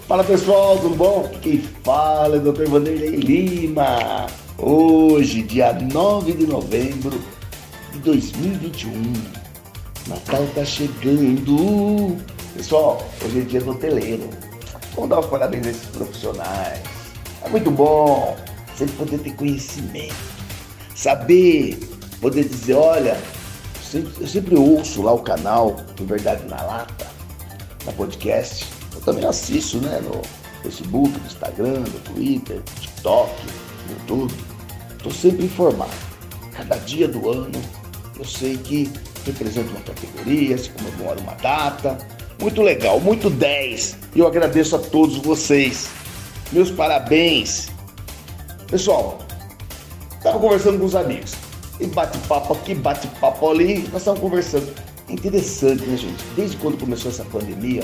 Fala pessoal, tudo bom? Quem fala é o Dr. Vanderlei Lima. Hoje, dia 9 de novembro de 2021. Natal tá chegando. Pessoal, hoje é dia do hoteleiro. Vamos dar os parabéns a esses profissionais. É muito bom sempre poder ter conhecimento, saber, poder dizer, olha, eu sempre ouço lá o canal do Verdade na Lata, na podcast. Eu também assisto, né, no Facebook, no Instagram, no Twitter, no TikTok, no YouTube. Estou sempre informado. Cada dia do ano eu sei que representa uma categoria, se comemora uma data. Muito legal, muito 10. E eu agradeço a todos vocês. Meus parabéns. Pessoal, estava conversando com os amigos. E bate-papo aqui, bate-papo ali. Nós estávamos conversando. É interessante, né, gente? Desde quando começou essa pandemia,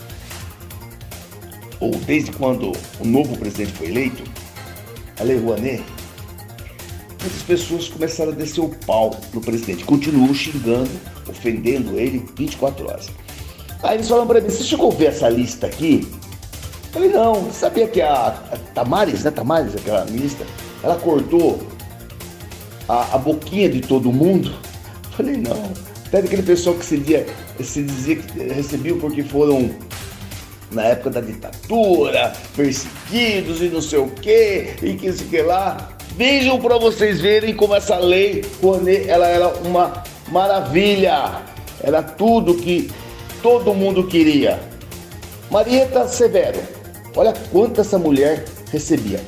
ou desde quando o novo presidente foi eleito, a Lei Rouanet, muitas pessoas começaram a descer o pau no presidente. Continuam xingando, ofendendo ele 24 horas. Aí eles falaram para mim, você chegou a ver essa lista aqui? Eu falei, não, sabia que a Damares, né, Damares, aquela ministra, ela cortou a boquinha de todo mundo? Eu falei, não. Até daquele pessoal que se dizia que recebiam porque foram, na época da ditadura, perseguidos e não sei o que, e que sei que lá. Vejam para vocês verem como essa lei, ela era uma maravilha. Era tudo que todo mundo queria. Marieta Severo, olha quanto essa mulher recebia.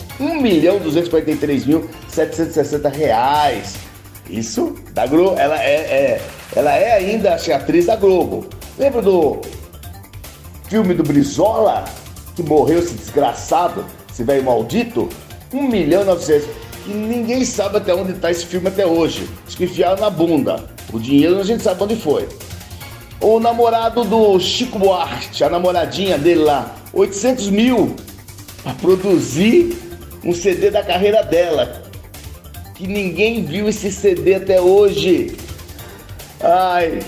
R$1.243.760. Isso da Globo. Ela é ainda a atriz da Globo. Lembra do filme do Brizola, que morreu esse desgraçado, esse velho maldito? 1.900.000. E ninguém sabe até onde está esse filme até hoje. Acho que enfiaram na bunda. O dinheiro a gente sabe onde foi. O namorado do Chico Buarque, a namoradinha dele lá, 800 mil para produzir um CD da carreira dela. Que ninguém viu esse CD até hoje. Ai,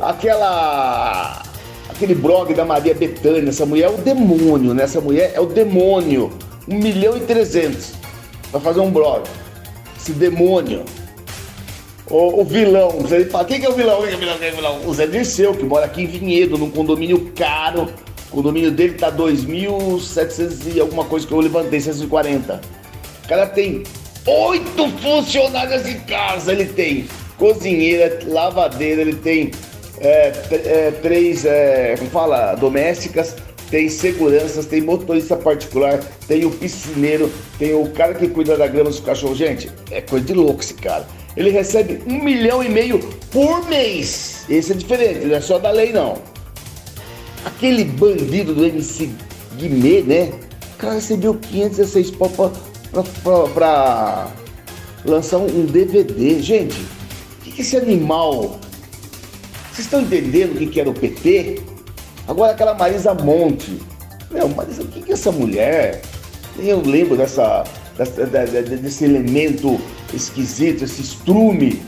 aquele blog da Maria Bethânia, essa mulher é o demônio, né? Essa mulher é o demônio. 1.300.000 para fazer um blog. Esse demônio. O vilão, você fala, quem que é o vilão? Quem é o vilão? O Zé Dirceu, que mora aqui em Vinhedo, num condomínio caro. O condomínio dele tá 2.700 e alguma coisa que eu levantei, 640. O cara tem 8 funcionários em casa, ele tem cozinheira, lavadeira, ele tem 3, como fala, domésticas, tem seguranças, tem motorista particular, tem o piscineiro, tem o cara que cuida da grama dos cachorros. Gente, é coisa de louco esse cara. Ele recebe 1,5 milhão por mês. Esse é diferente, não é só da lei, não. Aquele bandido do MC Guimê, né? O cara recebeu 516 pau pra lançar um DVD. Gente, o que esse animal... Vocês estão entendendo o que era o PT? Agora aquela Marisa Monte. Meu, Marisa, o que é essa mulher? Eu lembro desse elemento esquisito, esse estrume.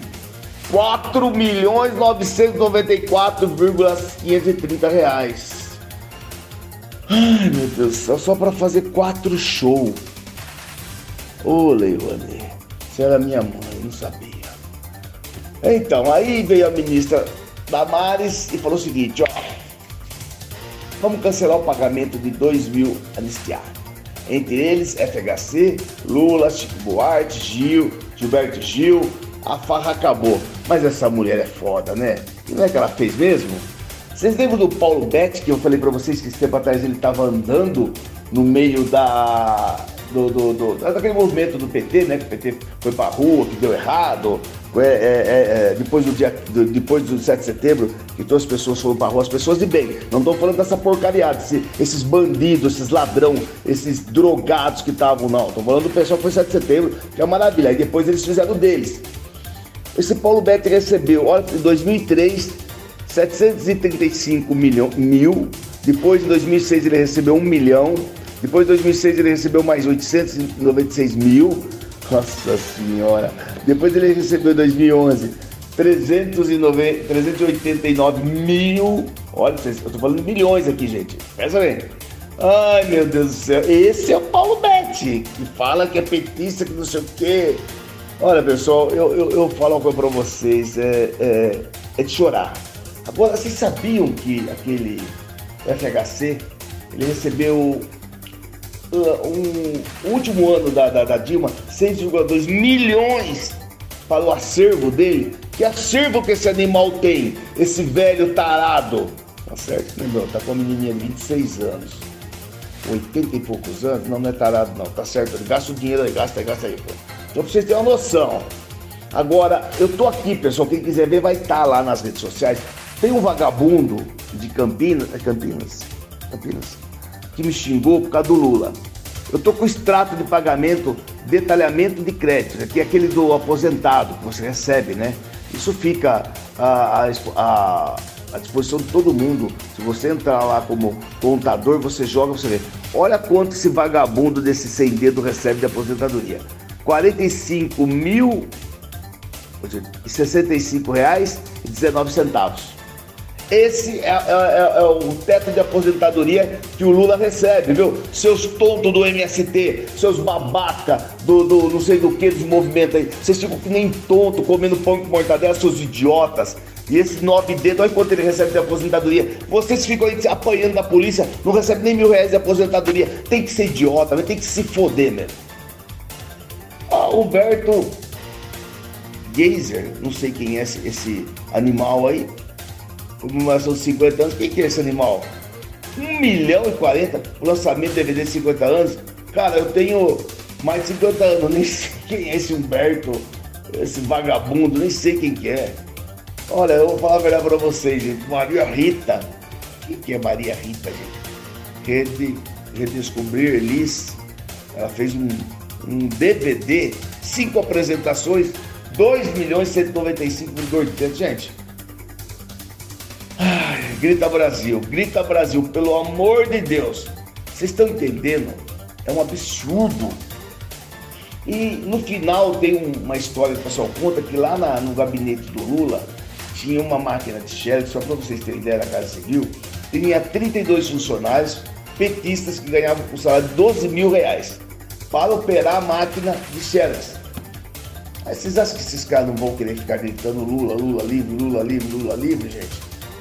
R$4.994.530. Ai, meu Deus do céu, só para fazer 4 shows. Ô, Lei Rouanet, você era minha mãe, não sabia. Então, aí veio a ministra Damares e falou o seguinte, ó, vamos cancelar o pagamento de 2 mil anistiados. Entre eles, FHC, Lula, Chico Buarque, Gilberto Gil, a farra acabou. Mas essa mulher é foda, né? E não é que ela fez mesmo? Vocês lembram do Paulo Betti, que eu falei pra vocês que esse tempo atrás ele tava andando no meio daquele movimento do PT, né? Que o PT foi pra rua, que deu errado. Depois do 7 de setembro, que todas as pessoas foram pra rua, as pessoas de bem. Não estou falando dessa porcariada, esses bandidos, esses ladrão, esses drogados que estavam, não. Estou falando do pessoal que foi 7 de setembro, que é uma maravilha. Aí depois eles fizeram deles. Esse Paulo Betti recebeu, olha, em 2003, 735 mil. Depois, em 2006, ele recebeu 1 milhão. Depois, em 2006, ele recebeu mais 896 mil. Nossa Senhora. Depois ele recebeu em 2011 389 mil. Olha, eu tô falando milhões aqui, gente. Pensa bem. Ai, meu Deus do céu. Esse é o Paulo Betti, que fala que é petista, que não sei o quê. Olha, pessoal, eu falo uma coisa pra vocês, é de chorar. Agora, vocês sabiam que aquele FHC, ele recebeu o último ano da Dilma, 6,2 milhões para o acervo dele? Que acervo que esse animal tem, esse velho tarado? Tá certo, né, meu? Tá com a menininha de 26 anos, 80 e poucos anos, não é tarado não, tá certo, ele gasta o dinheiro aí, gasta aí, pô. Então pra vocês terem uma noção. Agora, eu tô aqui, pessoal, quem quiser ver vai estar lá nas redes sociais. Tem um vagabundo de Campinas, que me xingou por causa do Lula. Eu tô com extrato de pagamento, detalhamento de crédito, que é aquele do aposentado que você recebe, né? Isso fica à disposição de todo mundo. Se você entrar lá como contador, você joga, você vê. Olha quanto esse vagabundo desse sem dedo recebe de aposentadoria. R$ 45.065,19. Esse é o teto de aposentadoria que o Lula recebe, viu? Seus tontos do MST, seus babaca do não sei do que, dos movimentos aí. Vocês ficam que nem tonto, comendo pão com mortadela, seus idiotas. E esse 9 dedos, olha quanto ele recebe de aposentadoria. Vocês ficam aí apanhando da polícia, não recebem nem R$1.000 de aposentadoria. Tem que ser idiota, tem que se foder mesmo. Humberto Geiser, não sei quem é esse animal aí, comemoração de 50 anos, quem que é esse animal? 1.040.000, o lançamento do DVD de 50 anos, cara, eu tenho mais de 50 anos, nem sei quem é esse Humberto, esse vagabundo, nem sei quem que é. Olha, eu vou falar a verdade pra vocês, gente, Maria Rita, o que é Maria Rita, gente? Redescobrir Elis, ela fez um DVD, 5 apresentações, 2.195.800, gente. Ai, grita Brasil, pelo amor de Deus. Vocês estão entendendo? É um absurdo. E no final tem uma história que o pessoal conta que lá no gabinete do Lula tinha uma máquina de xerox, só para vocês terem ideia da Casa Civil, tinha 32 funcionários petistas que ganhavam um salário de R$12.000 para operar a máquina de xerox. Aí vocês acham que esses caras não vão querer ficar gritando Lula, Lula livre, Lula livre, Lula livre, gente?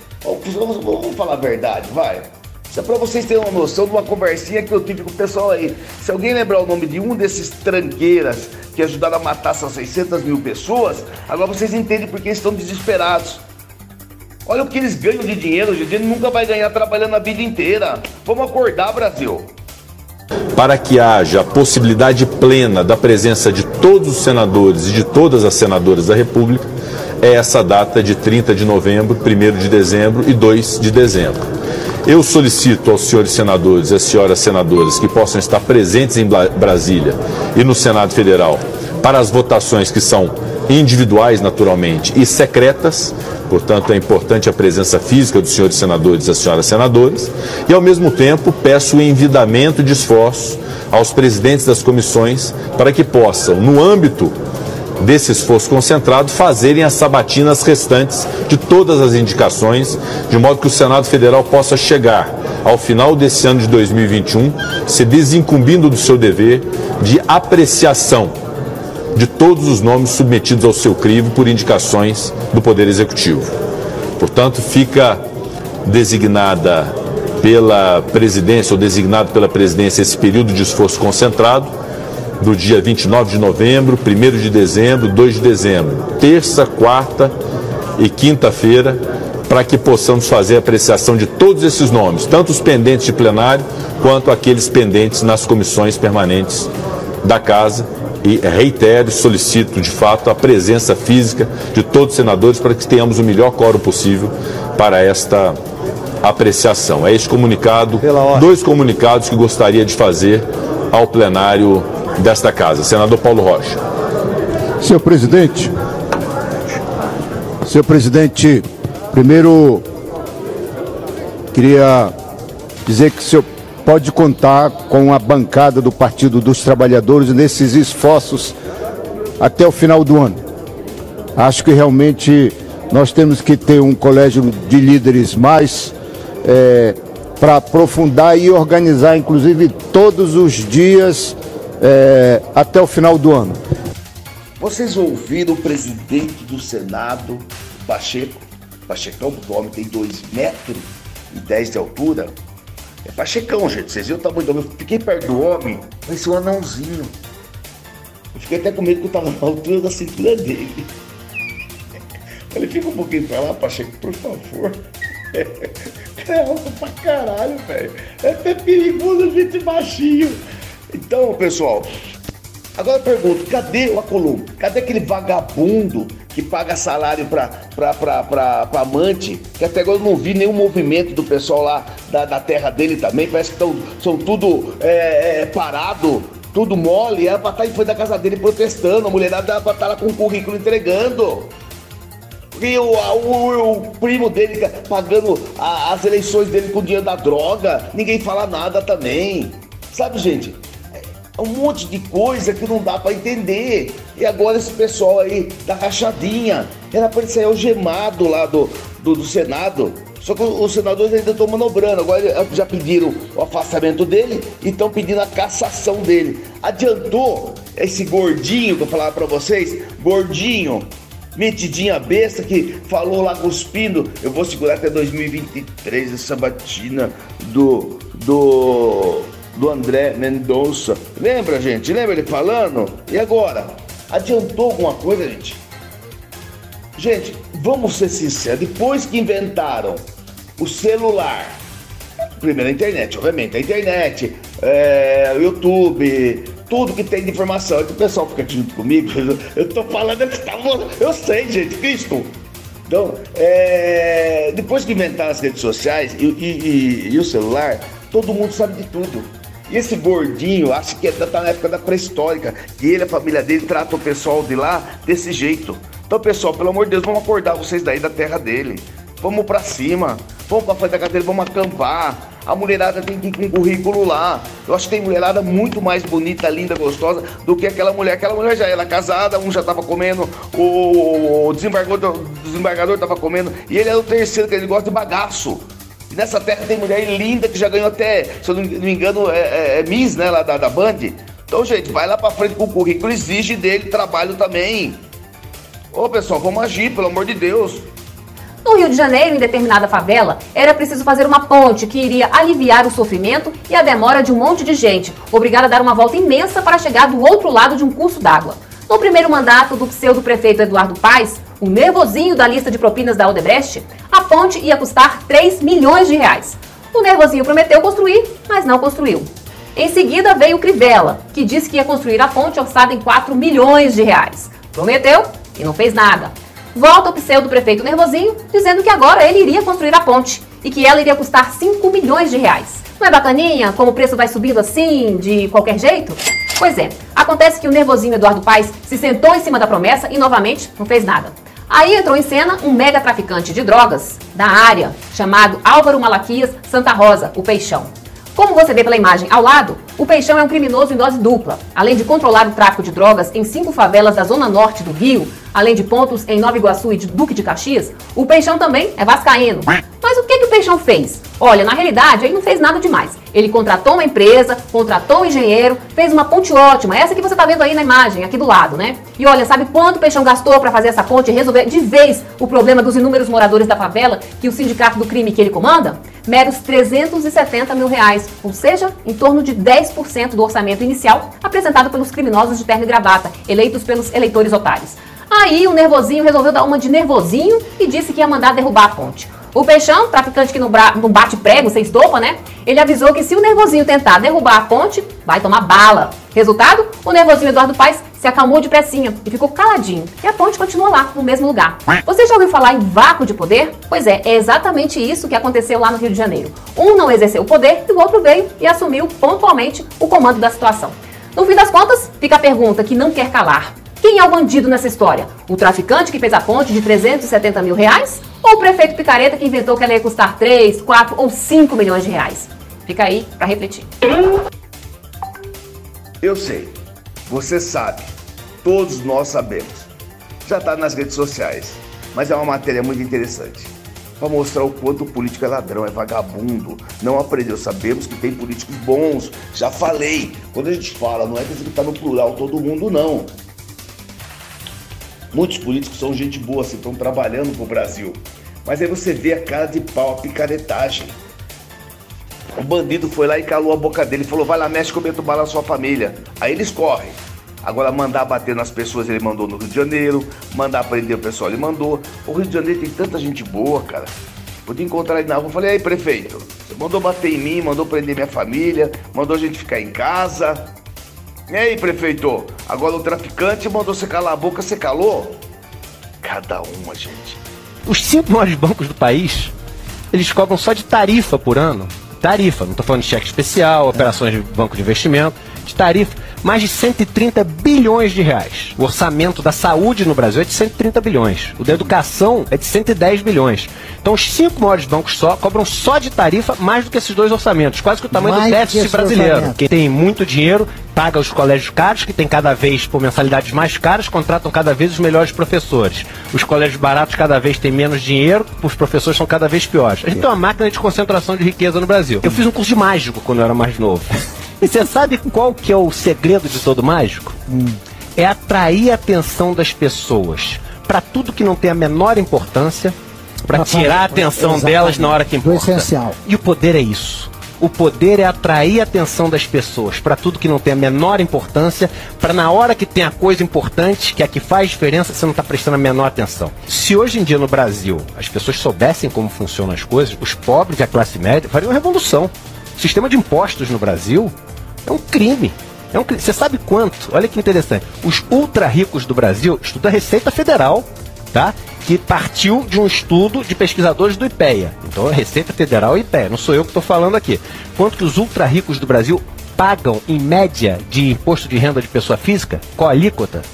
Vamos falar a verdade, vai. Isso é pra vocês terem uma noção de uma conversinha que eu tive com o pessoal aí. Se alguém lembrar o nome de um desses tranqueiras que ajudaram a matar essas 600.000 pessoas, agora vocês entendem porque eles estão desesperados. Olha o que eles ganham de dinheiro, gente. Ele nunca vai ganhar trabalhando a vida inteira. Vamos acordar, Brasil. Para que haja a possibilidade plena da presença de todos os senadores e de todas as senadoras da República, é essa data de 30 de novembro, 1º de dezembro e 2 de dezembro. Eu solicito aos senhores senadores e às senhoras senadoras que possam estar presentes em Brasília e no Senado Federal para as votações que são individuais, naturalmente, e secretas, portanto é importante a presença física dos senhores senadores e das senhoras senadoras, e ao mesmo tempo peço o envidamento de esforços aos presidentes das comissões para que possam, no âmbito desse esforço concentrado, fazerem as sabatinas restantes de todas as indicações, de modo que o Senado Federal possa chegar ao final desse ano de 2021, se desincumbindo do seu dever de apreciação de todos os nomes submetidos ao seu crivo por indicações do Poder Executivo. Portanto, fica designada pela presidência ou designado pela presidência esse período de esforço concentrado, do dia 29 de novembro, 1º de dezembro, 2 de dezembro, terça, quarta e quinta-feira, para que possamos fazer a apreciação de todos esses nomes, tanto os pendentes de plenário, quanto aqueles pendentes nas comissões permanentes da Casa. E reitero e solicito, de fato, a presença física de todos os senadores para que tenhamos o melhor quórum possível para esta apreciação. É este comunicado, dois comunicados que gostaria de fazer ao plenário desta Casa. Senador Paulo Rocha. Senhor presidente, primeiro queria dizer que o senhor pode contar com a bancada do Partido dos Trabalhadores nesses esforços até o final do ano. Acho que realmente nós temos que ter um colégio de líderes mais para aprofundar e organizar, inclusive, todos os dias até o final do ano. Vocês ouviram o presidente do Senado, Pacheco? Pachecão, o homem tem 2,10 metros de altura. É Pachecão, gente. Vocês viram o tamanho do homem? Eu fiquei perto do homem, parecia um anãozinho. Eu fiquei até com medo que eu tava na altura da cintura dele. Ele fica um pouquinho pra lá, Pacheco, por favor. É alto pra caralho, velho. É perigoso a gente baixinho. Então, pessoal, agora eu pergunto, cadê o Alcolumbre? Cadê aquele vagabundo que paga salário pra amante? Que até agora eu não vi nenhum movimento do pessoal lá da terra dele também. Parece que são tudo parado, tudo mole. Era pra estar em frente da casa dele protestando. A mulherada era pra estar lá com o currículo entregando. E o primo dele pagando as eleições dele com o dinheiro da droga. Ninguém fala nada também. Sabe, gente? É um monte de coisa que não dá pra entender. E agora esse pessoal aí da rachadinha, era pra ele sair algemado lá do Senado. Só que os senadores ainda estão manobrando. Agora já pediram o afastamento dele e estão pedindo a cassação dele. Adiantou esse gordinho que eu falava pra vocês? Gordinho, metidinha besta, que falou lá cuspindo: eu vou segurar até 2023 essa batina do André Mendonça. Lembra, gente? Lembra ele falando? E agora? Adiantou alguma coisa, gente? Gente, vamos ser sinceros. Depois que inventaram o celular, primeiro a internet, obviamente, a internet, o YouTube, tudo que tem de informação, é que o pessoal fica junto comigo. Eu tô falando, eu sei, gente, Cristo. Então, depois que inventaram as redes sociais e o celular, todo mundo sabe de tudo. E esse gordinho, acho que tá na época da pré-histórica, que ele e a família dele tratam o pessoal de lá desse jeito. Então, pessoal, pelo amor de Deus, vamos acordar vocês daí da terra dele. Vamos pra cima, vamos pra frente da casa dele, vamos acampar. A mulherada tem que ir com currículo lá. Eu acho que tem mulherada muito mais bonita, linda, gostosa do que aquela mulher. Aquela mulher já era casada, um já tava comendo, o desembargador tava comendo, e ele era o terceiro, que ele gosta de bagaço. E nessa terra tem mulher linda que já ganhou até, se eu não me engano, Miss, né, lá da Band. Então, gente, vai lá pra frente com o currículo, exige dele trabalho também. Ô, pessoal, vamos agir, pelo amor de Deus. No Rio de Janeiro, em determinada favela, era preciso fazer uma ponte que iria aliviar o sofrimento e a demora de um monte de gente, obrigada a dar uma volta imensa para chegar do outro lado de um curso d'água. No primeiro mandato do pseudo-prefeito Eduardo Paes, o nervosinho da lista de propinas da Odebrecht, a ponte ia custar 3 milhões de reais. O nervosinho prometeu construir, mas não construiu. Em seguida veio o Crivella, que disse que ia construir a ponte orçada em 4 milhões de reais. Prometeu e não fez nada. Volta o pseudo-prefeito nervosinho, dizendo que agora ele iria construir a ponte e que ela iria custar 5 milhões de reais. Não é bacaninha como o preço vai subindo assim, de qualquer jeito? Pois é, acontece que o nervosinho Eduardo Paes se sentou em cima da promessa e novamente não fez nada. Aí entrou em cena um mega traficante de drogas da área, chamado Álvaro Malaquias Santa Rosa, o Peixão. Como você vê pela imagem ao lado, o Peixão é um criminoso em dose dupla. Além de controlar o tráfico de drogas em 5 favelas da zona norte do Rio, além de pontos em Nova Iguaçu e Duque de Caxias, o Peixão também é vascaíno. Mas o que o Peixão fez? Olha, na realidade, ele não fez nada demais. Ele contratou uma empresa, contratou um engenheiro, fez uma ponte ótima, essa que você está vendo aí na imagem, aqui do lado, né? E olha, sabe quanto o Peixão gastou para fazer essa ponte e resolver de vez o problema dos inúmeros moradores da favela que o sindicato do crime que ele comanda? Meros 370 mil reais, ou seja, em torno de 10% do orçamento inicial apresentado pelos criminosos de terno e gravata, eleitos pelos eleitores otários. Aí o nervosinho resolveu dar uma de nervosinho e disse que ia mandar derrubar a ponte. O Peixão, traficante que não bate prego, sem estopa, né? Ele avisou que se o nervosinho tentar derrubar a ponte, vai tomar bala. Resultado? O nervosinho Eduardo Paes se acalmou depressinha e ficou caladinho. E a ponte continua lá, no mesmo lugar. Você já ouviu falar em vácuo de poder? Pois é exatamente isso que aconteceu lá no Rio de Janeiro. Um não exerceu o poder e o outro veio e assumiu pontualmente o comando da situação. No fim das contas, fica a pergunta que não quer calar. Quem é o bandido nessa história? O traficante que fez a ponte de 370 mil reais? Ou o prefeito picareta que inventou que ela ia custar 3, 4 ou 5 milhões de reais? Fica aí para refletir. Eu sei, você sabe, todos nós sabemos. Já está nas redes sociais, mas é uma matéria muito interessante. para mostrar o quanto o político é ladrão, é vagabundo. Não aprendeu. Sabemos que tem políticos bons. Já falei. Quando a gente fala, não é que está no plural todo mundo, não. Muitos políticos são gente boa, assim, estão trabalhando pro Brasil. Mas aí você vê a cara de pau, a picaretagem. O bandido foi lá e calou a boca dele. Falou, vai lá, mexe com o Beto Bala na sua família. Aí eles correm. Agora mandar bater nas pessoas ele mandou no Rio de Janeiro. Mandar prender o pessoal ele mandou. O Rio de Janeiro tem tanta gente boa, cara. Podia encontrar ele na rua. Falei, aí prefeito, você mandou bater em mim, mandou prender minha família, mandou a gente ficar em casa. E aí prefeito, agora o traficante mandou você calar a boca, você calou? Cada uma, gente. Os 5 maiores bancos do país, eles cobram só de tarifa por ano. Tarifa, não estou falando de cheque especial, operações de banco de investimento, de tarifa, mais de 130 bilhões de reais. O orçamento da saúde no Brasil é de 130 bilhões. O da educação é de 110 bilhões. Então os 5 maiores bancos só cobram só de tarifa mais do que esses 2 orçamentos. Quase que o tamanho do déficit brasileiro. Quem tem muito dinheiro paga os colégios caros, que tem cada vez por mensalidades mais caras, contratam cada vez os melhores professores. Os colégios baratos cada vez têm menos dinheiro, os professores são cada vez piores. A gente tem uma máquina de concentração de riqueza no Brasil. Eu fiz um curso de mágico quando eu era mais novo. E você sabe qual que é o segredo de todo mágico? É atrair a atenção das pessoas para tudo que não tem a menor importância, para tirar a atenção delas na hora que importa. Do essencial. E o poder é isso. O poder é atrair a atenção das pessoas para tudo que não tem a menor importância, para na hora que tem a coisa importante, que é a que faz diferença, você não está prestando a menor atenção. Se hoje em dia no Brasil as pessoas soubessem como funcionam as coisas, os pobres e a classe média fariam uma revolução. O sistema de impostos no Brasil é um crime. Você sabe quanto? Olha que interessante. Os ultra ricos do Brasil, estudo da Receita Federal, tá? Que partiu de um estudo de pesquisadores do IPEA. Então é Receita Federal e IPEA, não sou eu que estou falando aqui. Quanto que os ultra ricos do Brasil pagam, em média, de imposto de renda de pessoa física? Qual a alíquota?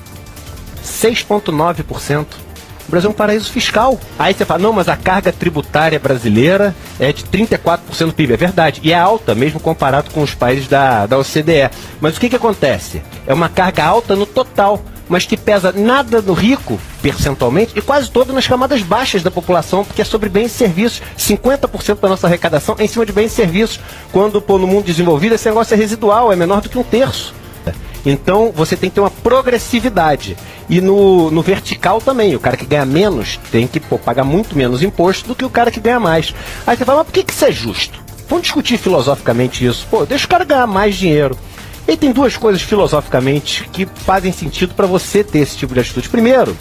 6,9%. O Brasil é um paraíso fiscal. Aí você fala, não, mas a carga tributária brasileira é de 34% do PIB. É verdade, e é alta, mesmo comparado com os países da OCDE. Mas o que acontece? É uma carga alta no total, mas que pesa nada no rico, percentualmente, e quase todo nas camadas baixas da população, porque é sobre bens e serviços. 50% da nossa arrecadação é em cima de bens e serviços. Quando no mundo desenvolvido esse negócio é residual, é menor do que 1/3. Então você tem que ter uma progressividade. E no vertical também, o cara que ganha menos tem que pagar muito menos imposto do que o cara que ganha mais. Aí você fala, mas por que isso é justo? Vamos discutir filosoficamente isso. Deixa o cara ganhar mais dinheiro. E tem 2 coisas filosoficamente que fazem sentido para você ter esse tipo de atitude. Primeiro,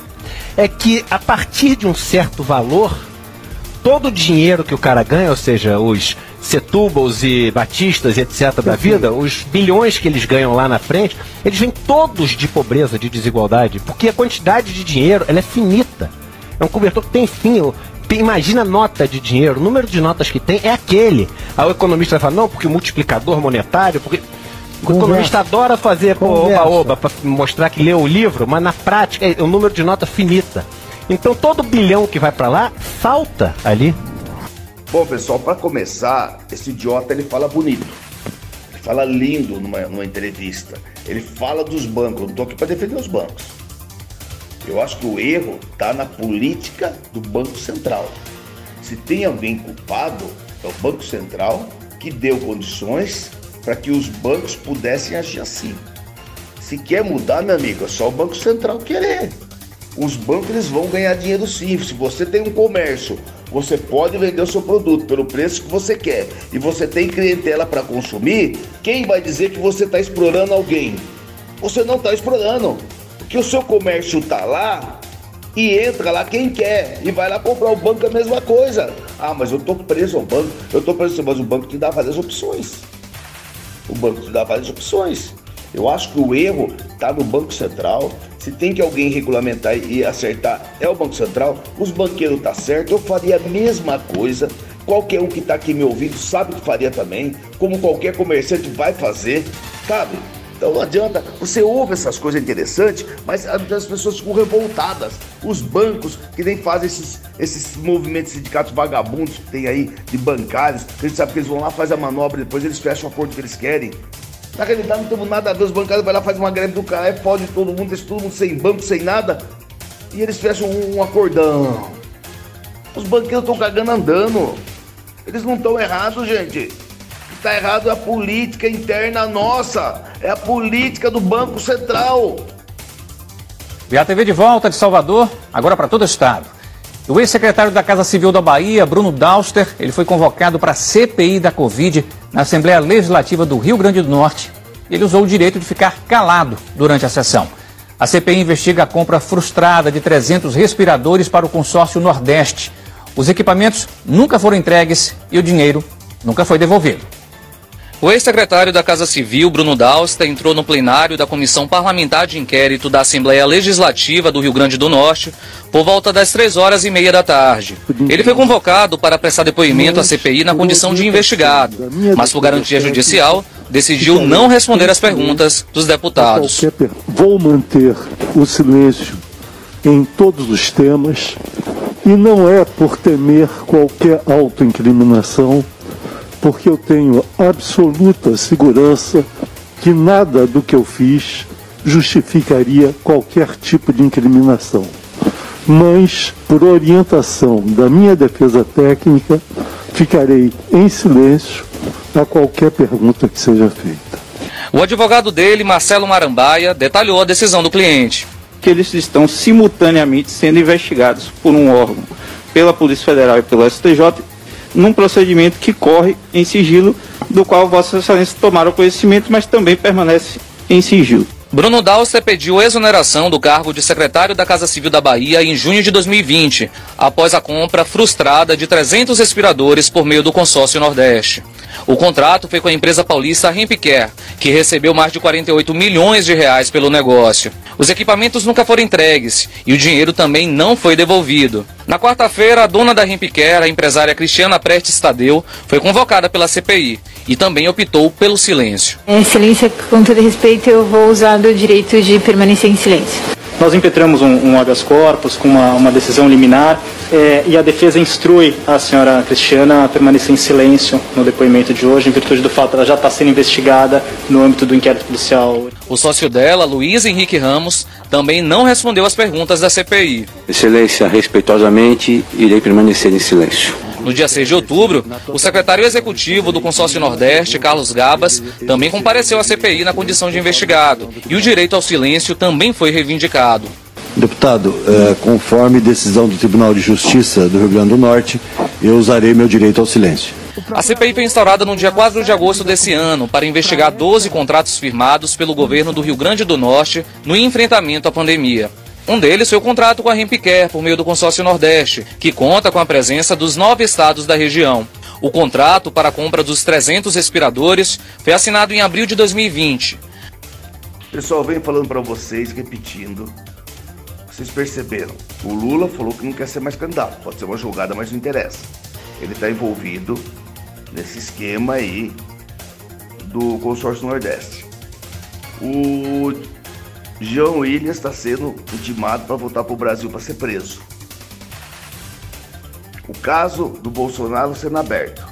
é que a partir de um certo valor, todo o dinheiro que o cara ganha, ou seja, os Setúbalos e Batistas e etc. da vida, os bilhões que eles ganham lá na frente, eles vêm todos de pobreza, de desigualdade, porque a quantidade de dinheiro ela é finita. É um cobertor que tem fim. Imagina a nota de dinheiro, o número de notas que tem é aquele. Aí o economista vai falar, não, porque o multiplicador monetário, porque... O economista adora fazer oba-oba para mostrar que leu o livro, mas na prática é um número de nota finita. Então todo bilhão que vai para lá, falta ali. Bom, pessoal, para começar, esse idiota ele fala bonito. Ele fala lindo numa entrevista. Ele fala dos bancos. Eu não tô aqui para defender os bancos. Eu acho que o erro tá na política do Banco Central. Se tem alguém culpado, é o Banco Central que deu condições para que os bancos pudessem agir assim. Se quer mudar, meu amigo, é só o Banco Central querer. Os bancos eles vão ganhar dinheiro sim. Se você tem um comércio, você pode vender o seu produto pelo preço que você quer e você tem clientela para consumir, quem vai dizer que você está explorando alguém? Você não está explorando, porque o seu comércio está lá e entra lá quem quer e vai lá comprar. O banco é a mesma coisa. Ah, mas eu estou preso ao banco. Eu estou preso, mas o banco te dá várias opções. O banco te dá várias opções. Eu acho que o erro está no Banco Central. Se tem que alguém regulamentar e acertar, é o Banco Central. Os banqueiros tá certo, eu faria a mesma coisa. Qualquer um que está aqui me ouvindo sabe que faria também, como qualquer comerciante vai fazer, sabe? Então não adianta, você ouve essas coisas interessantes, mas as pessoas ficam revoltadas. Os bancos que nem fazem esses movimentos sindicatos vagabundos que tem aí de bancários, a gente sabe que eles vão lá, fazem a manobra, depois eles fecham o acordo que eles querem. Na realidade não temos nada a ver, os bancários vão lá, fazem uma greve do cara, fode todo mundo, deixa todo mundo sem banco, sem nada, e eles fecham um acordão. Os banqueiros estão cagando andando. Eles não estão errados, gente. O que está errado é a política interna nossa. É a política do Banco Central. E a TV de volta de Salvador, agora para todo o estado. O ex-secretário da Casa Civil da Bahia, Bruno Dauster, ele foi convocado para a CPI da Covid na Assembleia Legislativa do Rio Grande do Norte. Ele usou o direito de ficar calado durante a sessão. A CPI investiga a compra frustrada de 300 respiradores para o consórcio Nordeste. Os equipamentos nunca foram entregues e o dinheiro nunca foi devolvido. O ex-secretário da Casa Civil, Bruno Dauster, entrou no plenário da Comissão Parlamentar de Inquérito da Assembleia Legislativa do Rio Grande do Norte por volta das 3h30 da tarde. Ele foi convocado para prestar depoimento à CPI na condição de investigado, mas por garantia judicial, decidiu não responder às perguntas dos deputados. Vou manter o silêncio em todos os temas e não é por temer qualquer autoincriminação, porque eu tenho absoluta segurança que nada do que eu fiz justificaria qualquer tipo de incriminação. Mas, por orientação da minha defesa técnica, ficarei em silêncio a qualquer pergunta que seja feita. O advogado dele, Marcelo Marambaia, detalhou a decisão do cliente. Que eles estão simultaneamente sendo investigados por um órgão, pela Polícia Federal e pelo STJ, num procedimento que corre em sigilo, do qual Vossa Excelência tomaram conhecimento, mas também permanece em sigilo. Bruno Dauster pediu exoneração do cargo de secretário da Casa Civil da Bahia em junho de 2020, após a compra frustrada de 300 respiradores por meio do consórcio Nordeste. O contrato foi com a empresa paulista Rempcare, que recebeu mais de 48 milhões de reais pelo negócio. Os equipamentos nunca foram entregues e o dinheiro também não foi devolvido. Na quarta-feira, a dona da Rempcare, a empresária Cristiana Prestes Tadeu, foi convocada pela CPI e também optou pelo silêncio. Excelência, com todo respeito, eu vou usar do direito de permanecer em silêncio. Nós impetramos um habeas corpus com uma decisão liminar e a defesa instrui a senhora Cristiana a permanecer em silêncio no depoimento de hoje, em virtude do fato de ela já estar sendo investigada no âmbito do inquérito policial. O sócio dela, Luiz Henrique Ramos, também não respondeu às perguntas da CPI. Excelência, respeitosamente, irei permanecer em silêncio. No dia 6 de outubro, o secretário executivo do Consórcio Nordeste, Carlos Gabas, também compareceu à CPI na condição de investigado e o direito ao silêncio também foi reivindicado. Deputado, conforme decisão do Tribunal de Justiça do Rio Grande do Norte, eu usarei meu direito ao silêncio. A CPI foi instaurada no dia 4 de agosto desse ano para investigar 12 contratos firmados pelo governo do Rio Grande do Norte no enfrentamento à pandemia. Um deles foi o contrato com a Rempcare por meio do Consórcio Nordeste, que conta com a presença dos 9 estados da região. O contrato para a compra dos 300 respiradores foi assinado em abril de 2020. Pessoal, venho falando para vocês, repetindo. Vocês perceberam, o Lula falou que não quer ser mais candidato. Pode ser uma jogada, mas não interessa. Ele está envolvido nesse esquema aí do Consórcio Nordeste. O Jean Williams está sendo intimado para voltar para o Brasil para ser preso. O caso do Bolsonaro sendo aberto.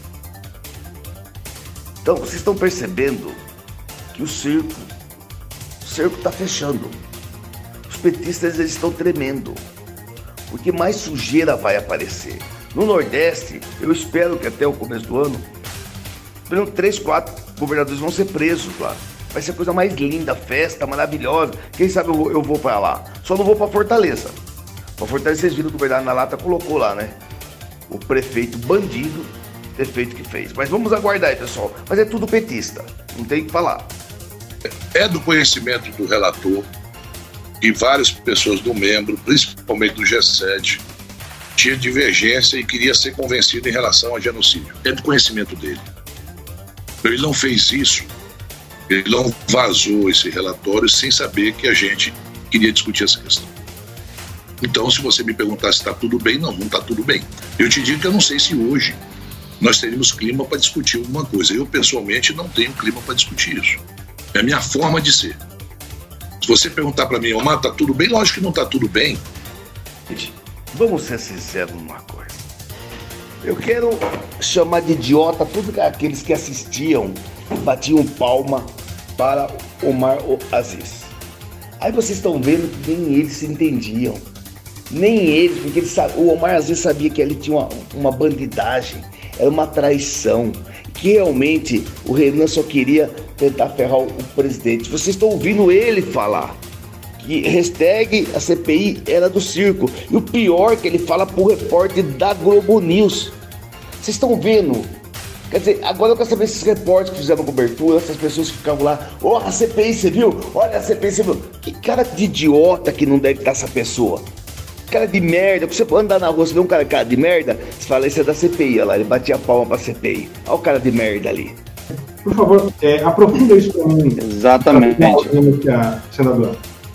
Então vocês estão percebendo que o circo está fechando. Os petistas eles estão tremendo, porque mais sujeira vai aparecer. No Nordeste, eu espero que até o começo do ano, pelo menos 3, 4 governadores vão ser presos lá. Vai ser a coisa mais linda, festa maravilhosa. Quem sabe eu vou para lá. Só não vou para Fortaleza. Para Fortaleza, vocês viram que o Bernardo na Lata colocou lá, né? O prefeito bandido ter feito o que fez. Mas vamos aguardar aí, pessoal. Mas é tudo petista. Não tem o que falar. É do conhecimento do relator e várias pessoas do membro, principalmente do G7, tinha divergência e queria ser convencido em relação ao genocídio. É do conhecimento dele. Ele não fez isso. Ele não vazou esse relatório sem saber que a gente queria discutir essa questão. Então, se você me perguntar se está tudo bem, não está tudo bem. Eu te digo que eu não sei se hoje nós teríamos clima para discutir alguma coisa. Eu, pessoalmente, não tenho clima para discutir isso. É a minha forma de ser. Se você perguntar para mim, Omar, está tudo bem? Lógico que não está tudo bem. Gente, vamos ser sinceros numa coisa. Eu quero chamar de idiota todos aqueles que assistiam, batiam palma para Omar Aziz. Aí vocês estão vendo que nem eles se entendiam. Nem ele, porque o Omar Aziz sabia que ele tinha uma bandidagem, era uma traição, que realmente o Renan só queria tentar ferrar o presidente. Vocês estão ouvindo ele falar que hashtag a CPI era do circo. E o pior é que ele fala pro repórter da Globo News. Vocês estão vendo? Quer dizer, agora eu quero saber esses repórteres que fizeram cobertura, essas pessoas que ficavam lá, a CPI, você viu? Olha a CPI, você viu? Que cara de idiota que não deve estar essa pessoa. Cara de merda, você andar na rua, você vê um cara de merda, você fala, esse é da CPI, olha lá, ele batia a palma pra CPI. Olha o cara de merda ali. Por favor, aprofunda isso pra mim. Exatamente. Senador.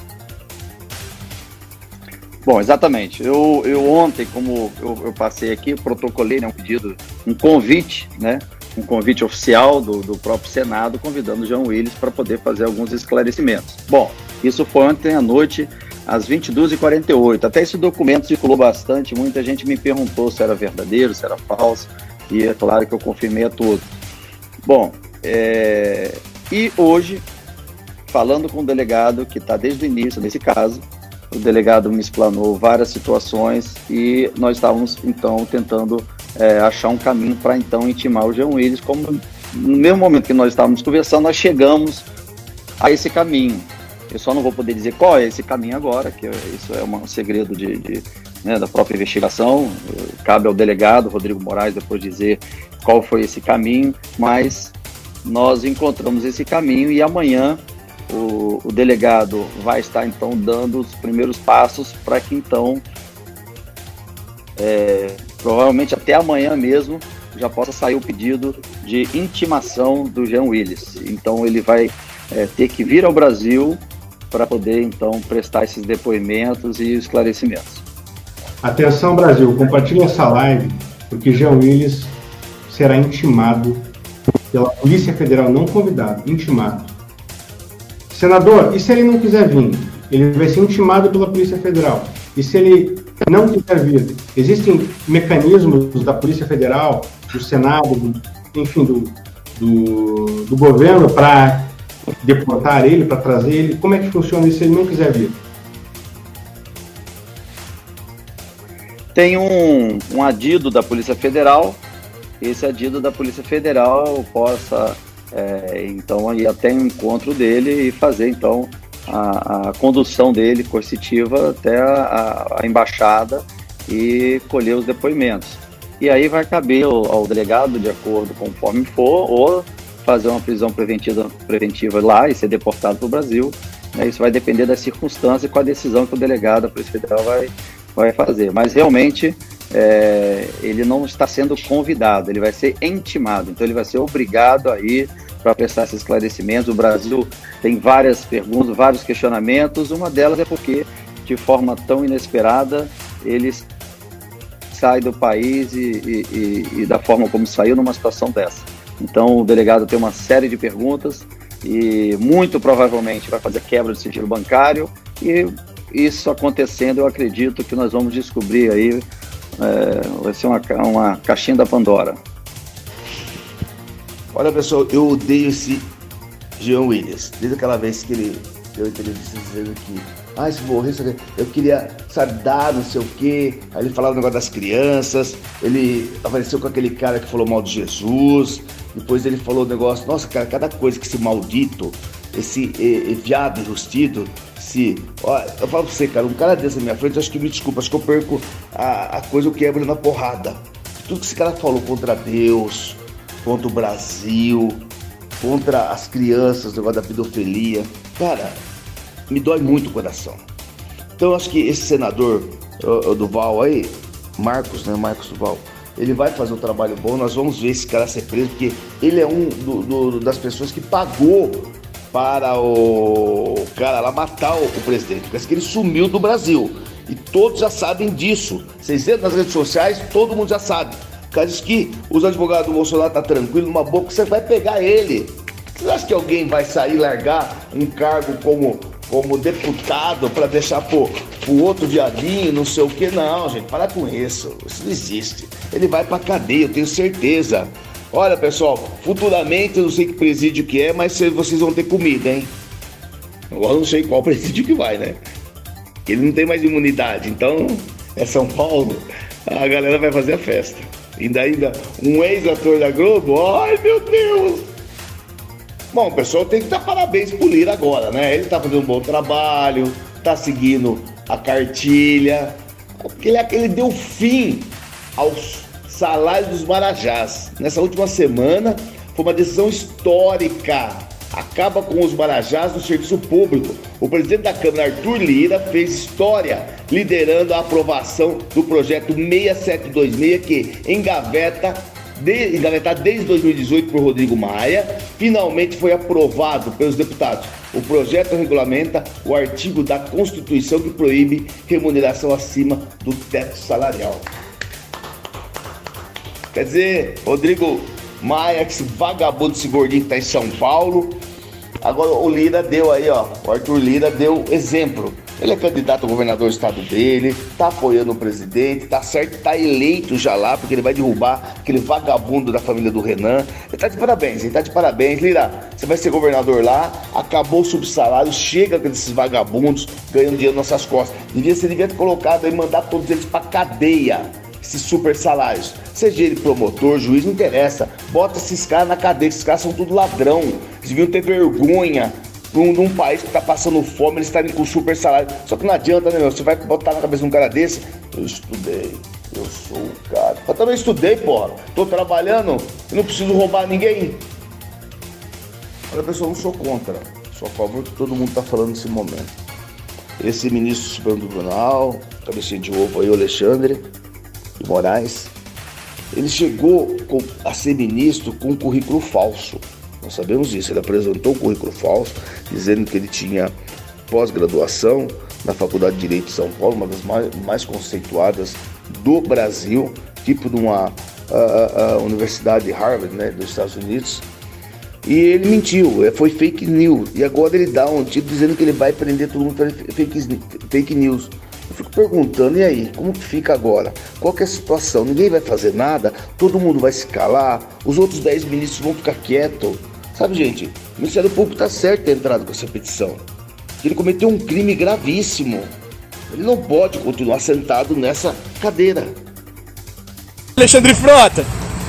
Bom, exatamente. Eu ontem, como eu passei aqui, eu protocolei, né, um pedido, um convite, né, um convite oficial do próprio Senado, convidando o Jean Willis para poder fazer alguns esclarecimentos. Bom, isso foi ontem à noite, às 22h48. Até esse documento circulou bastante, muita gente me perguntou se era verdadeiro, se era falso, e é claro que eu confirmei a todos. Bom, e hoje, falando com o delegado que está desde o início nesse caso, o delegado me explanou várias situações e nós estávamos, então, tentando achar um caminho para, então, intimar o Jean Willis. Como no mesmo momento que nós estávamos conversando, nós chegamos a esse caminho. Eu só não vou poder dizer qual é esse caminho agora, que isso é um segredo né, da própria investigação. Cabe ao delegado Rodrigo Moraes depois dizer qual foi esse caminho, mas nós encontramos esse caminho e amanhã o delegado vai estar, então, dando os primeiros passos para que, então, provavelmente até amanhã mesmo, já possa sair o pedido de intimação do Jean Willis. Então, ele vai ter que vir ao Brasil para poder, então, prestar esses depoimentos e esclarecimentos. Atenção, Brasil, compartilhe essa live, porque Jean Willis será intimado pela Polícia Federal, não convidado, intimado. Senador, e se ele não quiser vir? Ele vai ser intimado pela Polícia Federal. E se ele não quiser vir? Existem mecanismos da Polícia Federal, do Senado, enfim, do governo para deportar ele, para trazer ele? Como é que funciona isso se ele não quiser vir? Tem um adido da Polícia Federal. Esse adido da Polícia Federal possa... então, ir até o encontro dele e fazer, então, a condução dele coercitiva até a embaixada e colher os depoimentos. E aí vai caber ao delegado, de acordo conforme for, ou fazer uma prisão preventiva lá e ser deportado para o Brasil. Né? Isso vai depender das circunstâncias e com a decisão que o delegado da Polícia Federal vai fazer. Mas, realmente, ele não está sendo convidado, ele vai ser intimado. Então, ele vai ser obrigado a ir para prestar esses esclarecimentos. O Brasil tem várias perguntas, vários questionamentos. Uma delas é porque, de forma tão inesperada, ele sai do país e da forma como saiu numa situação dessa. Então, o delegado tem uma série de perguntas e, muito provavelmente, vai fazer quebra de sigilo bancário. E isso acontecendo, eu acredito que nós vamos descobrir aí, vai ser uma caixinha da Pandora. Olha, pessoal, eu odeio esse Jean Willis. Desde aquela vez que ele deu entrevista dizendo que se morresse, eu queria, sabe, dar não sei o quê. Aí ele falava o negócio das crianças, ele apareceu com aquele cara que falou mal de Jesus. Depois ele falou o negócio, nossa, cara, cada coisa que esse maldito, esse viado enrustido, olha, eu falo pra você, cara, um cara desse na minha frente, acho que me desculpa, acho que eu perco a coisa, eu quebro na porrada. Tudo que esse cara falou contra Deus, contra o Brasil, contra as crianças, o negócio da pedofilia, cara, me dói muito o coração. Então eu acho que esse senador, o Duval aí, Marcos Duval, ele vai fazer um trabalho bom. Nós vamos ver esse cara ser preso, porque ele é das pessoas que pagou para o cara lá matar o presidente, porque ele sumiu do Brasil, e todos já sabem disso. Vocês entram nas redes sociais, todo mundo já sabe. O cara diz que os advogados do Bolsonaro tá tranquilo, numa boca, você vai pegar ele. Você acha que alguém vai sair e largar um cargo como deputado para deixar pro outro viadinho, não sei o que? Não, gente, para com isso. Isso não existe. Ele vai pra cadeia, eu tenho certeza. Olha, pessoal, futuramente, eu não sei que presídio que é, mas vocês vão ter comida, hein? Agora eu não sei qual presídio que vai, né? Ele não tem mais imunidade, então é São Paulo, a galera vai fazer a festa. Ainda um ex-ator da Globo, ai meu Deus! Bom, o pessoal tem que dar parabéns pro Lira agora, né? Ele tá fazendo um bom trabalho, tá seguindo a cartilha, porque ele deu fim aos salários dos marajás. Nessa última semana foi uma decisão histórica. Acaba com os marajás no serviço público. O presidente da Câmara, Arthur Lira, fez história liderando a aprovação do projeto 6726, que engavetado desde 2018 por Rodrigo Maia, finalmente foi aprovado pelos deputados. O projeto regulamenta o artigo da Constituição que proíbe remuneração acima do teto salarial. Quer dizer, Rodrigo Maia, esse vagabundo, esse gordinho que tá em São Paulo. Agora o Lira deu aí, ó, o Arthur Lira deu exemplo. Ele é candidato a governador do estado dele, tá apoiando o presidente, tá certo, tá eleito já lá, porque ele vai derrubar aquele vagabundo da família do Renan. Ele tá de parabéns, Lira, você vai ser governador lá, acabou o subsalário, chega com esses vagabundos ganhando dinheiro nas nossas costas. Você devia ter colocado aí, mandar todos eles pra cadeia, esses super salários. Seja ele promotor, juiz, não interessa, bota esses caras na cadeia, esses caras são tudo ladrão, eles deviam ter vergonha. Num país que tá passando fome, eles estarem com super salário. Só que não adianta, né, meu? Você vai botar na cabeça de um cara desse. Eu estudei, eu sou o cara. Eu também estudei, porra. Tô trabalhando e não preciso roubar ninguém. Olha, pessoal, não sou contra. Sou a favor do que todo mundo tá falando nesse momento. Esse ministro do Supremo Tribunal, cabecinha de ovo aí, o Alexandre de Moraes, ele chegou a ser ministro com um currículo falso. Nós sabemos disso, ele apresentou um currículo falso, dizendo que ele tinha pós-graduação na Faculdade de Direito de São Paulo, uma das mais conceituadas do Brasil, tipo de uma Universidade de Harvard, né, dos Estados Unidos. E ele mentiu, foi fake news. E agora ele dá um título dizendo que ele vai prender todo mundo por fake news. Eu fico perguntando, e aí, como que fica agora? Qual que é a situação? Ninguém vai fazer nada, todo mundo vai se calar, os outros 10 ministros vão ficar quietos. Sabe, gente, o Ministério Público está certo ter entrado com essa petição. Ele cometeu um crime gravíssimo. Ele não pode continuar sentado nessa cadeira. Alexandre Frota,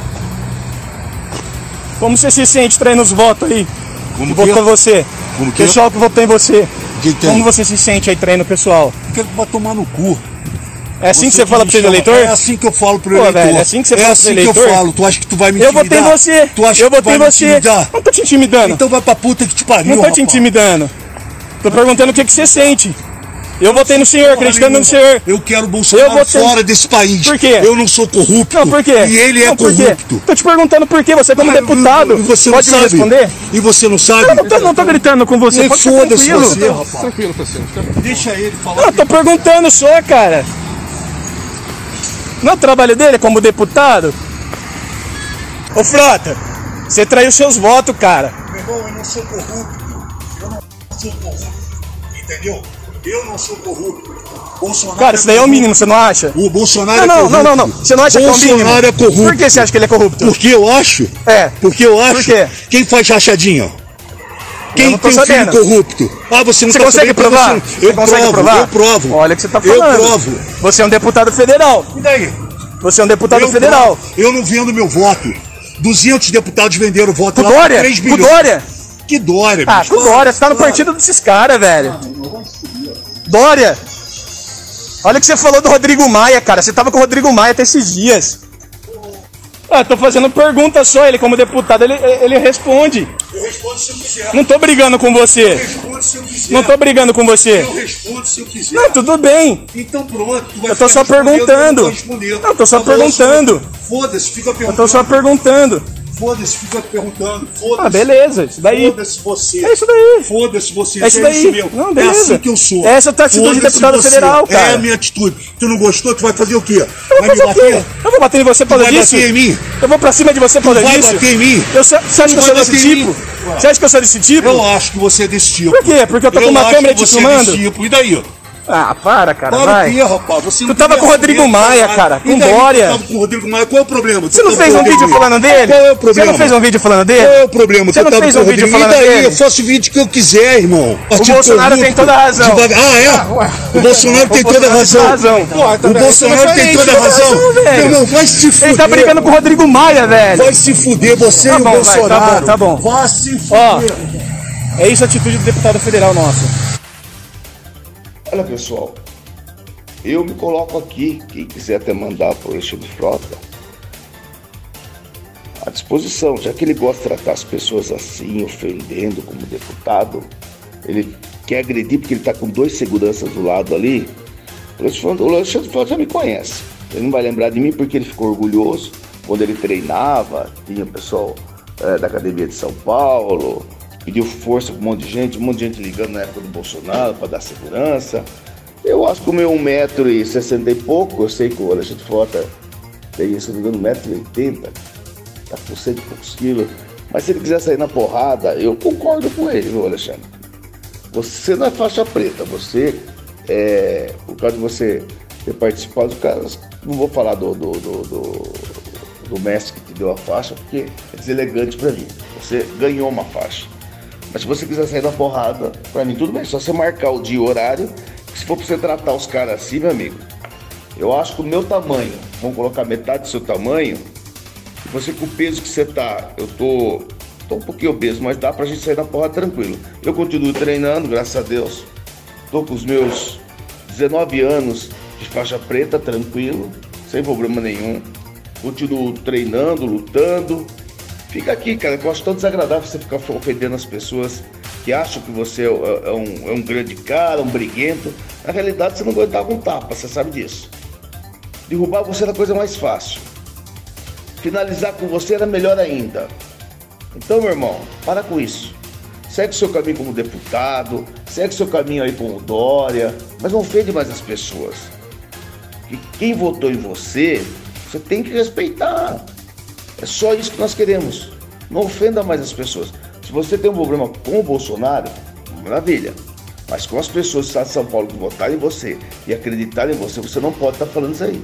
como você se sente traindo os votos aí? Como que votou em você? Como que pessoal que votou em você. Como você se sente aí traindo o pessoal? Porque ele vai tomar no cu. É assim que você fala pro seu eleitor? É assim que eu falo pro eleitor. Velho, é assim que você fala pro seu eleitor? É assim que eu falo. Tu acha que tu vai me intimidar? Eu votei em você. Tu acha que tu vai me intimidar? Não tô te intimidando. Então vai pra puta que te pariu, Não tô te intimidando. Tô perguntando o que você sente. Eu votei no senhor, acreditando no senhor. Eu quero o Bolsonaro fora desse país. Por quê? Eu não sou corrupto. Não, por quê? E ele é corrupto. Tô te perguntando por quê. Você como deputado. E você pode não me sabe? responder? E você não sabe? Eu não tô gritando com você. Foda-se você, rapaz. Tranquilo, paciente. Deixa ele falar. Não, tô perguntando só, cara. Não é o trabalho dele como deputado? Ô Frota, você traiu seus votos, cara. Meu irmão, eu não sou corrupto. Eu não sou corrupto. Entendeu? Eu não sou corrupto. Bolsonaro cara, isso daí é o mínimo, você não acha? O Bolsonaro é corrupto. Não. Você não acha que é o mínimo? Bolsonaro é corrupto. Por que você acha que ele é corrupto? Porque eu acho. Porque eu acho. Por quê? Quem faz rachadinha? Quem tem filho corrupto? Ah, você não Você consegue provar? Eu provo. Olha o que você tá falando. Eu provo. Você é um deputado federal. E daí? Você é um deputado federal. Eu não vendo meu voto. 200 deputados venderam voto lá. Dória? 3 bilhões. Com Dória? Que Dória, bicho? Com Dória. Você tá no partido desses caras, velho. Dória. Olha o que você falou do Rodrigo Maia, cara. Você tava com o Rodrigo Maia até esses dias. Tô fazendo pergunta só. Ele, como deputado, ele responde. Eu respondo se eu quiser. Não tô brigando com você. Eu respondo se eu quiser. Não tô brigando com você. Eu respondo se eu quiser. Não, tudo bem. Então pronto. Tu vai eu tô só perguntando. Não, eu tô só perguntando. Foda-se, fica perguntando. Eu tô só perguntando. Foda-se, fica perguntando. Foda-se. Ah, beleza. Isso daí. Foda-se você. É isso daí. Foda-se você. É isso daí. Não, beleza. É assim que eu sou. Essa é a tua atitude de deputado federal, cara. É a minha atitude. Tu não gostou, tu vai fazer o quê? Vai me bater? Eu vou bater em você por causa disso? Vai bater em mim? Eu vou pra cima de você por causa disso? Vai bater em mim? Você acha que eu sou desse tipo? Você acha que eu sou desse tipo? Eu acho que você é desse tipo. Por quê? Porque eu tô com uma câmera te filmando? E daí? Ah, para, cara, Para vai. o quê, rapaz? Você Tu tava com o Rodrigo Maia, cara, com Dória. Tava com o Rodrigo Maia, qual é o problema? Você não fez um vídeo falando dele? Qual é o problema? Você não fez um vídeo falando dele? Qual é o problema? Você não fez um vídeo falando dele? Eu faço o vídeo que eu quiser, irmão. O Bolsonaro tem toda a razão. Ah, é? O Bolsonaro tem toda a razão. O Bolsonaro tem toda a razão. Meu irmão, vai se fuder. Ele tá brigando com o Rodrigo Maia, velho. Vai se fuder, você e o Bolsonaro. Tá bom. Vai se fuder. Ó, é isso a atitude do deputado federal nosso. Olha, pessoal, eu me coloco aqui, quem quiser até mandar para o Alexandre Frota, à disposição, já que ele gosta de tratar as pessoas assim, ofendendo como deputado, ele quer agredir porque ele está com 2 seguranças do lado ali. O Alexandre Frota já me conhece, ele não vai lembrar de mim porque ele ficou orgulhoso quando ele treinava, tinha o pessoal da Academia de São Paulo, pediu força para um monte de gente ligando na época do Bolsonaro para dar segurança. Eu acho que o meu 1,60 m e pouco, eu sei que o Alexandre Frota tem, se não me engano, 1,80 m, tá com 100 e poucos quilos, mas se ele quiser sair na porrada, eu concordo com ele, viu, Alexandre? Você não é faixa preta, você, por causa de você ter participado dos caras, não vou falar do mestre que te deu a faixa, porque é deselegante pra mim, você ganhou uma faixa. Mas se você quiser sair na porrada, pra mim tudo bem, só você marcar o dia e o horário. Se for pra você tratar os caras assim, meu amigo, eu acho que o meu tamanho, vamos colocar metade do seu tamanho, e você com o peso que você tá, eu tô um pouquinho obeso, mas dá pra gente sair na porrada tranquilo. Eu continuo treinando, graças a Deus, tô com os meus 19 anos de faixa preta, tranquilo, sem problema nenhum. Continuo treinando, lutando. Fica aqui, cara, que eu acho tão desagradável você ficar ofendendo as pessoas que acham que você é um grande cara, um briguento. Na realidade, você não aguentava um tapa, você sabe disso. Derrubar você era a coisa mais fácil. Finalizar com você era melhor ainda. Então, meu irmão, para com isso. Segue o seu caminho como deputado, segue o seu caminho aí com o Dória, mas não ofende mais as pessoas. E quem votou em você, você tem que respeitar. É só isso que nós queremos. Não ofenda mais as pessoas. Se você tem um problema com o Bolsonaro, maravilha. Mas com as pessoas do estado de São Paulo que votarem em você e acreditarem em você, você não pode estar falando isso aí.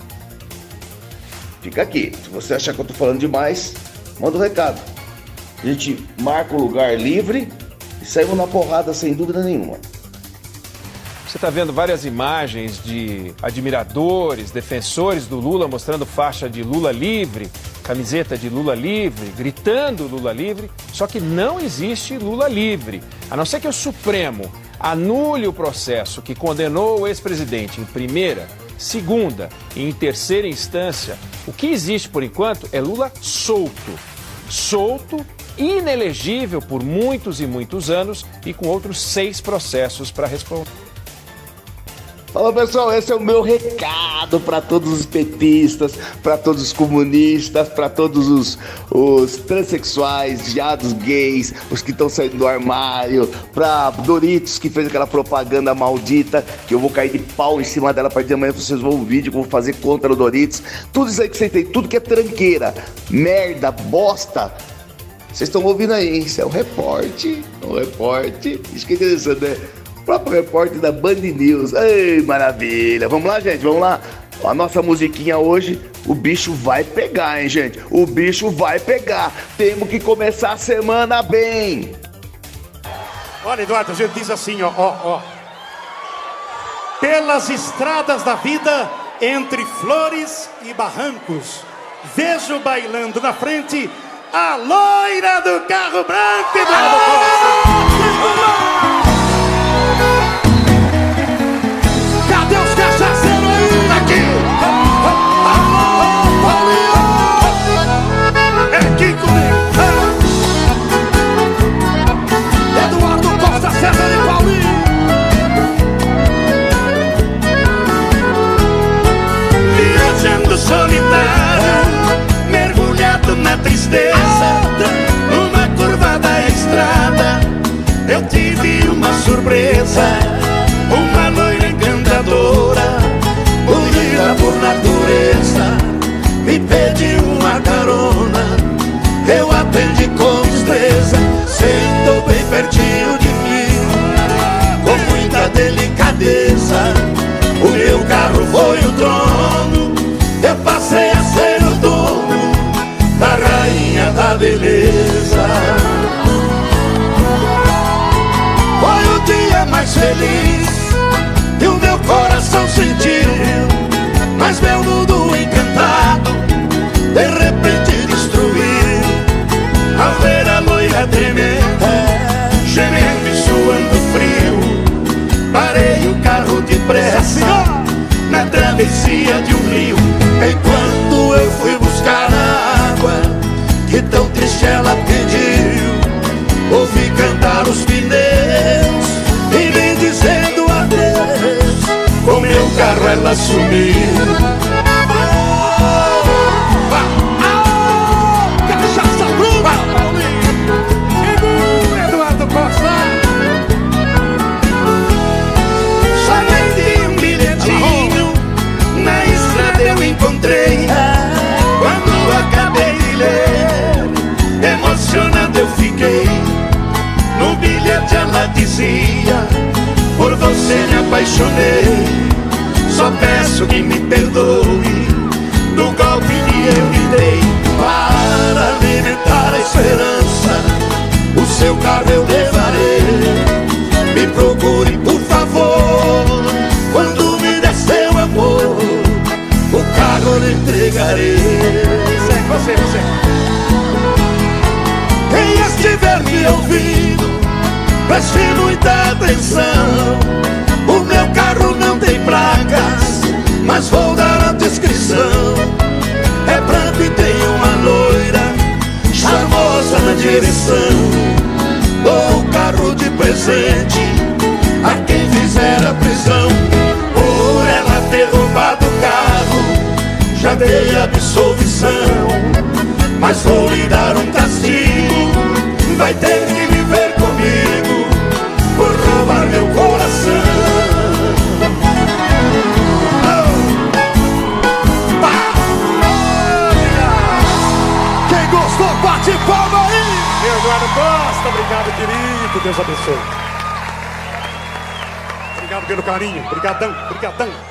Fica aqui. Se você achar que eu estou falando demais, manda um recado. A gente marca um lugar livre e saímos na porrada sem dúvida nenhuma. Você está vendo várias imagens de admiradores, defensores do Lula mostrando faixa de Lula livre, camiseta de Lula livre, gritando Lula livre, só que não existe Lula livre. A não ser que o Supremo anule o processo que condenou o ex-presidente em primeira, segunda e em terceira instância, o que existe por enquanto é Lula solto. Solto, inelegível por muitos e muitos anos e com outros 6 processos para responder. Fala, pessoal, esse é o meu recado para todos os petistas, para todos os comunistas, para todos os transexuais, viados gays, os que estão saindo do armário, para Doritos que fez aquela propaganda maldita, que eu vou cair de pau em cima dela a partir de amanhã, vocês vão ver um vídeo que eu vou fazer contra o Doritos. Tudo isso aí que vocês têm, tudo que é tranqueira, merda, bosta, vocês estão ouvindo aí, hein? Isso é um reporte, isso que é interessante, né? O próprio repórter da Band News. Ei, maravilha. Vamos lá, gente, vamos lá. A nossa musiquinha hoje, o bicho vai pegar, hein, gente? O bicho vai pegar. Temos que começar a semana bem. Olha, Eduardo, a gente diz assim, ó. Pelas estradas da vida, entre flores e barrancos, vejo bailando na frente a loira do carro branco e cadê os cachaceiros aí? Aqui! É aqui comigo! Eduardo Costa, César e Paulinho! Viajando solitário, mergulhado na tristeza, numa curva da estrada, eu tive descia de um rio, enquanto eu fui buscar água, que tão triste ela pediu. Ouvi cantar os pneus e me dizendo adeus. Com meu carro ela sumiu. Cachaça Bruma, Paulinho, Eduardo Costa. Só vendi um bilhetinho, na estrada eu encontrei. Quando acabei de ler, emocionado eu fiquei. No bilhete ela dizia: por você me apaixonei. Só peço que me perdoe do golpe que eu lhe dei. Para alimentar a esperança, o seu carro eu levarei. Me procure, por favor, quando me der seu amor, o carro eu lhe entregarei. Você. Quem estiver me ouvindo, preste muita atenção. O meu carro não tem placas, mas vou dar a descrição. É branco e tem uma loira charmosa na direção. Dou o carro de presente a quem fizer a prisão. Por ela ter roubado o carro, já dei absolvição. Mas vou lhe dar um castigo, vai ter que viver comigo por roubar meu coração. Quem gostou, bate palma aí! Meu Eduardo Costa, obrigado, querido, Deus abençoe. Obrigado pelo carinho, brigadão.